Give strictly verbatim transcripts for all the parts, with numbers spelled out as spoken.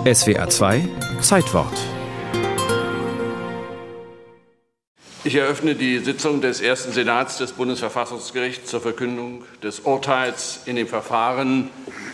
S W R zwei Zeitwort. Ich eröffne die Sitzung des ersten Senats des Bundesverfassungsgerichts zur Verkündung des Urteils in dem Verfahren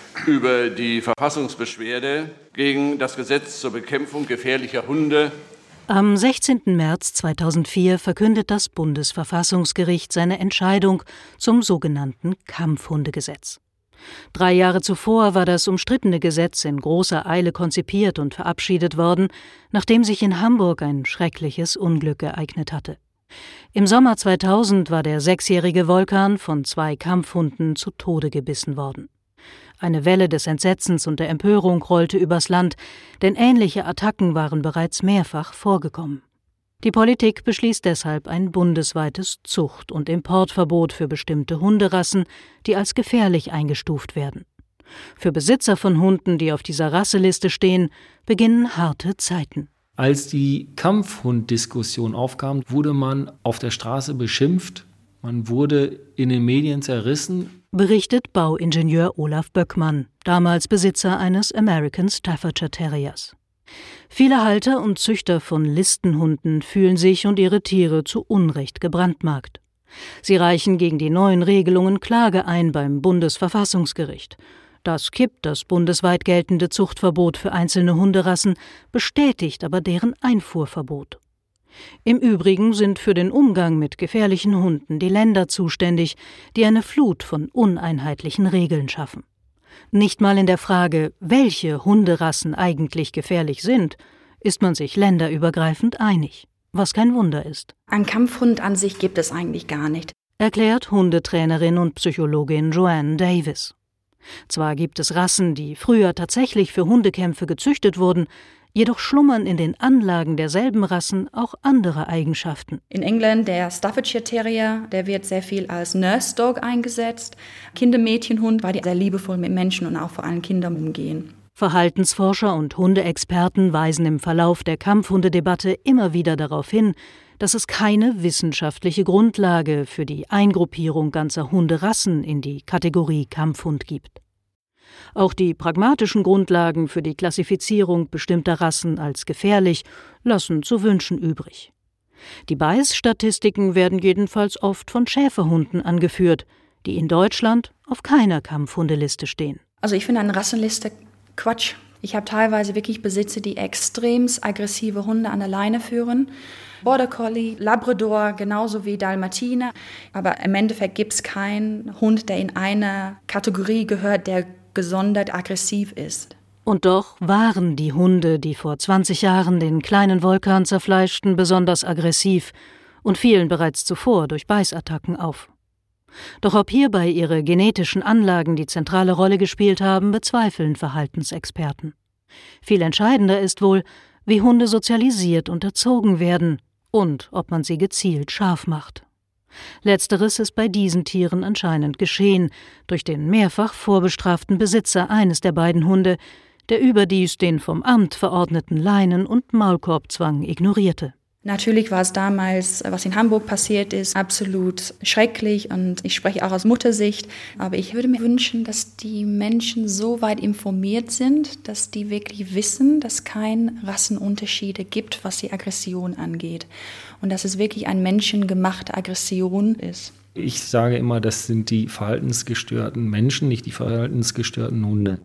über die Verfassungsbeschwerde gegen das Gesetz zur Bekämpfung gefährlicher Hunde. Am sechzehnten März zweitausendvier verkündet das Bundesverfassungsgericht seine Entscheidung zum sogenannten Kampfhundegesetz. Drei Jahre zuvor war das umstrittene Gesetz in großer Eile konzipiert und verabschiedet worden, nachdem sich in Hamburg ein schreckliches Unglück ereignet hatte. Im Sommer zweitausend war der sechsjährige Volkan von zwei Kampfhunden zu Tode gebissen worden. Eine Welle des Entsetzens und der Empörung rollte übers Land, denn ähnliche Attacken waren bereits mehrfach vorgekommen. Die Politik beschließt deshalb ein bundesweites Zucht- und Importverbot für bestimmte Hunderassen, die als gefährlich eingestuft werden. Für Besitzer von Hunden, die auf dieser Rasseliste stehen, beginnen harte Zeiten. Als die Kampfhund-Diskussion aufkam, wurde man auf der Straße beschimpft, man wurde in den Medien zerrissen, berichtet Bauingenieur Olaf Böckmann, damals Besitzer eines American Staffordshire Terriers. Viele Halter und Züchter von Listenhunden fühlen sich und ihre Tiere zu Unrecht gebrandmarkt. Sie reichen gegen die neuen Regelungen Klage ein beim Bundesverfassungsgericht. Das kippt das bundesweit geltende Zuchtverbot für einzelne Hunderassen, bestätigt aber deren Einfuhrverbot. Im Übrigen sind für den Umgang mit gefährlichen Hunden die Länder zuständig, die eine Flut von uneinheitlichen Regeln schaffen. Nicht mal in der Frage, welche Hunderassen eigentlich gefährlich sind, ist man sich länderübergreifend einig, was kein Wunder ist. Ein Kampfhund an sich gibt es eigentlich gar nicht, erklärt Hundetrainerin und Psychologin Joanne Davis. Zwar gibt es Rassen, die früher tatsächlich für Hundekämpfe gezüchtet wurden, jedoch schlummern in den Anlagen derselben Rassen auch andere Eigenschaften. In England der Staffordshire Terrier, der wird sehr viel als Nurse Dog eingesetzt. Kindermädchenhund, weil die sehr liebevoll mit Menschen und auch vor allem Kindern umgehen. Verhaltensforscher und Hundeexperten weisen im Verlauf der Kampfhundedebatte immer wieder darauf hin, dass es keine wissenschaftliche Grundlage für die Eingruppierung ganzer Hunderassen in die Kategorie Kampfhund gibt. Auch die pragmatischen Grundlagen für die Klassifizierung bestimmter Rassen als gefährlich lassen zu wünschen übrig. Die Beißstatistiken werden jedenfalls oft von Schäferhunden angeführt, die in Deutschland auf keiner Kampfhundeliste stehen. Also ich finde eine Rassenliste Quatsch. Ich habe teilweise wirklich Besitzer, die extrem aggressive Hunde an der Leine führen. Border Collie, Labrador, genauso wie Dalmatiner. Aber im Endeffekt gibt es keinen Hund, der in eine Kategorie gehört, der gesondert aggressiv ist. Und doch waren die Hunde, die vor zwanzig Jahren den kleinen Volkan zerfleischten, besonders aggressiv und fielen bereits zuvor durch Beißattacken auf. Doch ob hierbei ihre genetischen Anlagen die zentrale Rolle gespielt haben, bezweifeln Verhaltensexperten. Viel entscheidender ist wohl, wie Hunde sozialisiert und erzogen werden und ob man sie gezielt scharf macht. Letzteres ist bei diesen Tieren anscheinend geschehen, durch den mehrfach vorbestraften Besitzer eines der beiden Hunde, der überdies den vom Amt verordneten Leinen- und Maulkorbzwang ignorierte. Natürlich war es damals, was in Hamburg passiert ist, absolut schrecklich und ich spreche auch aus Muttersicht. Aber ich würde mir wünschen, dass die Menschen so weit informiert sind, dass die wirklich wissen, dass es keine Rassenunterschiede gibt, was die Aggression angeht. Und dass es wirklich eine menschengemachte Aggression ist. Ich sage immer, das sind die verhaltensgestörten Menschen, nicht die verhaltensgestörten Hunde.